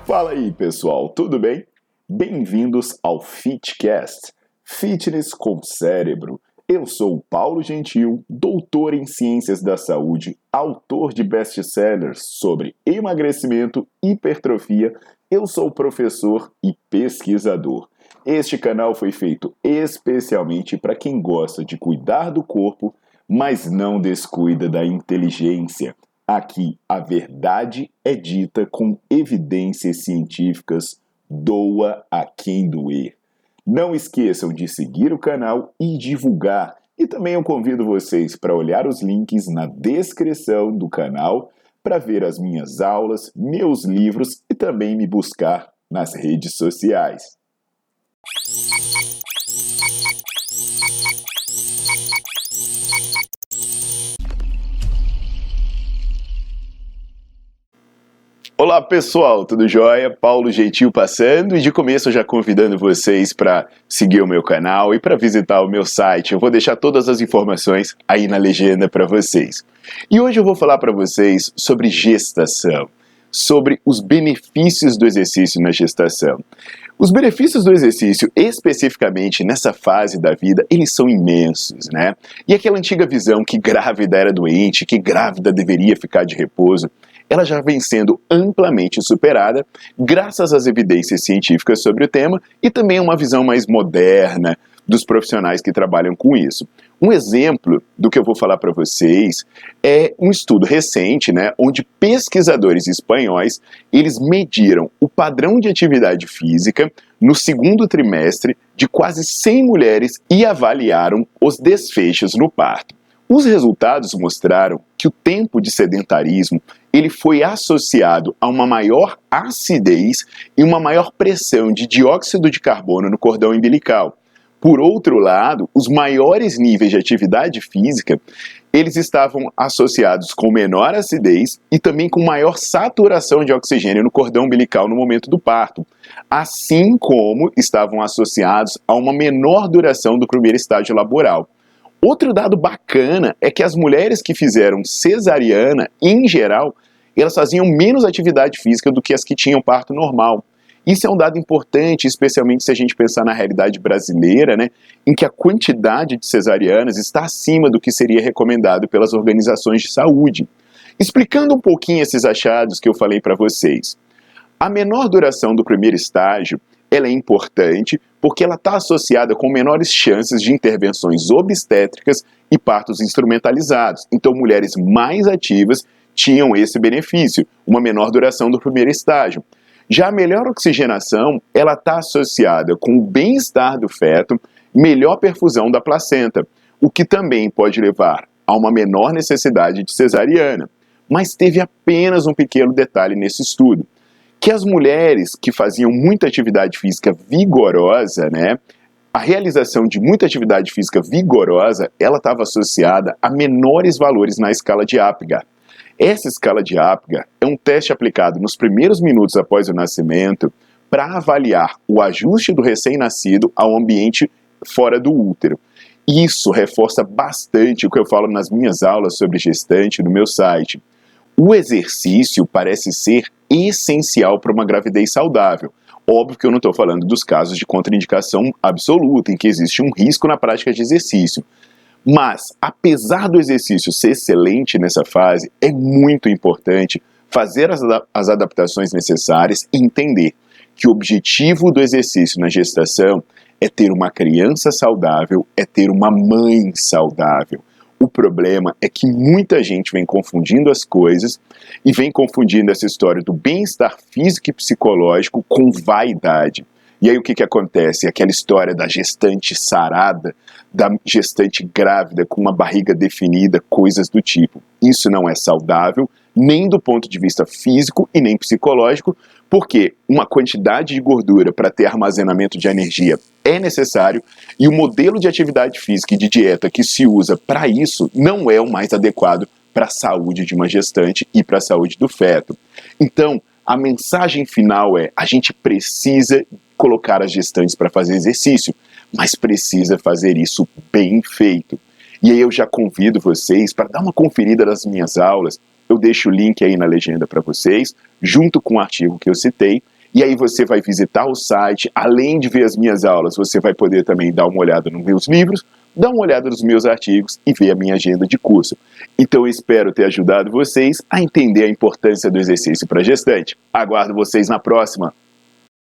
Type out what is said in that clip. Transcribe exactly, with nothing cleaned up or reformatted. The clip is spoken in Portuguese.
Fala aí, pessoal, tudo bem? Bem-vindos ao Fitcast, Fitness com Cérebro. Eu sou o Paulo Gentil, doutor em Ciências da Saúde, autor de best-sellers sobre emagrecimento, hipertrofia. Eu sou professor e pesquisador. Este canal foi feito especialmente para quem gosta de cuidar do corpo, mas não descuida da inteligência. Aqui, a verdade é dita com evidências científicas, doa a quem doer. Não esqueçam de seguir o canal e divulgar. E também eu convido vocês para olhar os links na descrição do canal para ver as minhas aulas, meus livros e também me buscar nas redes sociais. Olá pessoal, tudo jóia? Paulo Gentil passando e de começo já convidando vocês para seguir o meu canal e para visitar o meu site. Eu vou deixar todas as informações aí na legenda para vocês. E hoje eu vou falar para vocês sobre gestação, sobre os benefícios do exercício na gestação. Os benefícios do exercício, especificamente nessa fase da vida, eles são imensos, né? E aquela antiga visão que grávida era doente, que grávida deveria ficar de repouso, ela já vem sendo amplamente superada graças às evidências científicas sobre o tema e também uma visão mais moderna dos profissionais que trabalham com isso. Um exemplo do que eu vou falar para vocês é um estudo recente, né, onde pesquisadores espanhóis eles mediram o padrão de atividade física no segundo trimestre de quase cem mulheres e avaliaram os desfechos no parto. Os resultados mostraram que o tempo de sedentarismo ele foi associado a uma maior acidez e uma maior pressão de dióxido de carbono no cordão umbilical. Por outro lado, os maiores níveis de atividade física, eles estavam associados com menor acidez e também com maior saturação de oxigênio no cordão umbilical no momento do parto, assim como estavam associados a uma menor duração do primeiro estágio laboral. Outro dado bacana é que as mulheres que fizeram cesariana, em geral, elas faziam menos atividade física do que as que tinham parto normal. Isso é um dado importante, especialmente se a gente pensar na realidade brasileira, né, em que a quantidade de cesarianas está acima do que seria recomendado pelas organizações de saúde. Explicando um pouquinho esses achados que eu falei para vocês. A menor duração do primeiro estágio ela é importante porque ela está associada com menores chances de intervenções obstétricas e partos instrumentalizados. Então, mulheres mais ativas tinham esse benefício, uma menor duração do primeiro estágio. Já a melhor oxigenação, ela está associada com o bem-estar do feto, melhor perfusão da placenta, o que também pode levar a uma menor necessidade de cesariana. Mas teve apenas um pequeno detalhe nesse estudo, que as mulheres que faziam muita atividade física vigorosa, né, a realização de muita atividade física vigorosa, ela estava associada a menores valores na escala de Apgar. Essa escala de Apgar é um teste aplicado nos primeiros minutos após o nascimento para avaliar o ajuste do recém-nascido ao ambiente fora do útero. Isso reforça bastante o que eu falo nas minhas aulas sobre gestante no meu site. O exercício parece ser essencial para uma gravidez saudável. Óbvio que eu não estou falando dos casos de contraindicação absoluta, em que existe um risco na prática de exercício. Mas, apesar do exercício ser excelente nessa fase, é muito importante fazer as, as adaptações necessárias e entender que o objetivo do exercício na gestação é ter uma criança saudável, é ter uma mãe saudável. O problema é que muita gente vem confundindo as coisas e vem confundindo essa história do bem-estar físico e psicológico com vaidade. E aí o que, que acontece? Aquela história da gestante sarada, da gestante grávida com uma barriga definida, coisas do tipo. Isso não é saudável, nem do ponto de vista físico e nem psicológico, porque uma quantidade de gordura para ter armazenamento de energia é necessário e o modelo de atividade física e de dieta que se usa para isso não é o mais adequado para a saúde de uma gestante e para a saúde do feto. Então, a mensagem final é: a gente precisa colocar as gestantes para fazer exercício, mas precisa fazer isso bem feito. E aí eu já convido vocês para dar uma conferida nas minhas aulas. Eu deixo o link aí na legenda para vocês, junto com o artigo que eu citei, E aí você vai visitar o site, além de ver as minhas aulas, você vai poder também dar uma olhada nos meus livros, dar uma olhada nos meus artigos e ver a minha agenda de curso. Então eu espero ter ajudado vocês a entender a importância do exercício para gestante. Aguardo vocês na próxima.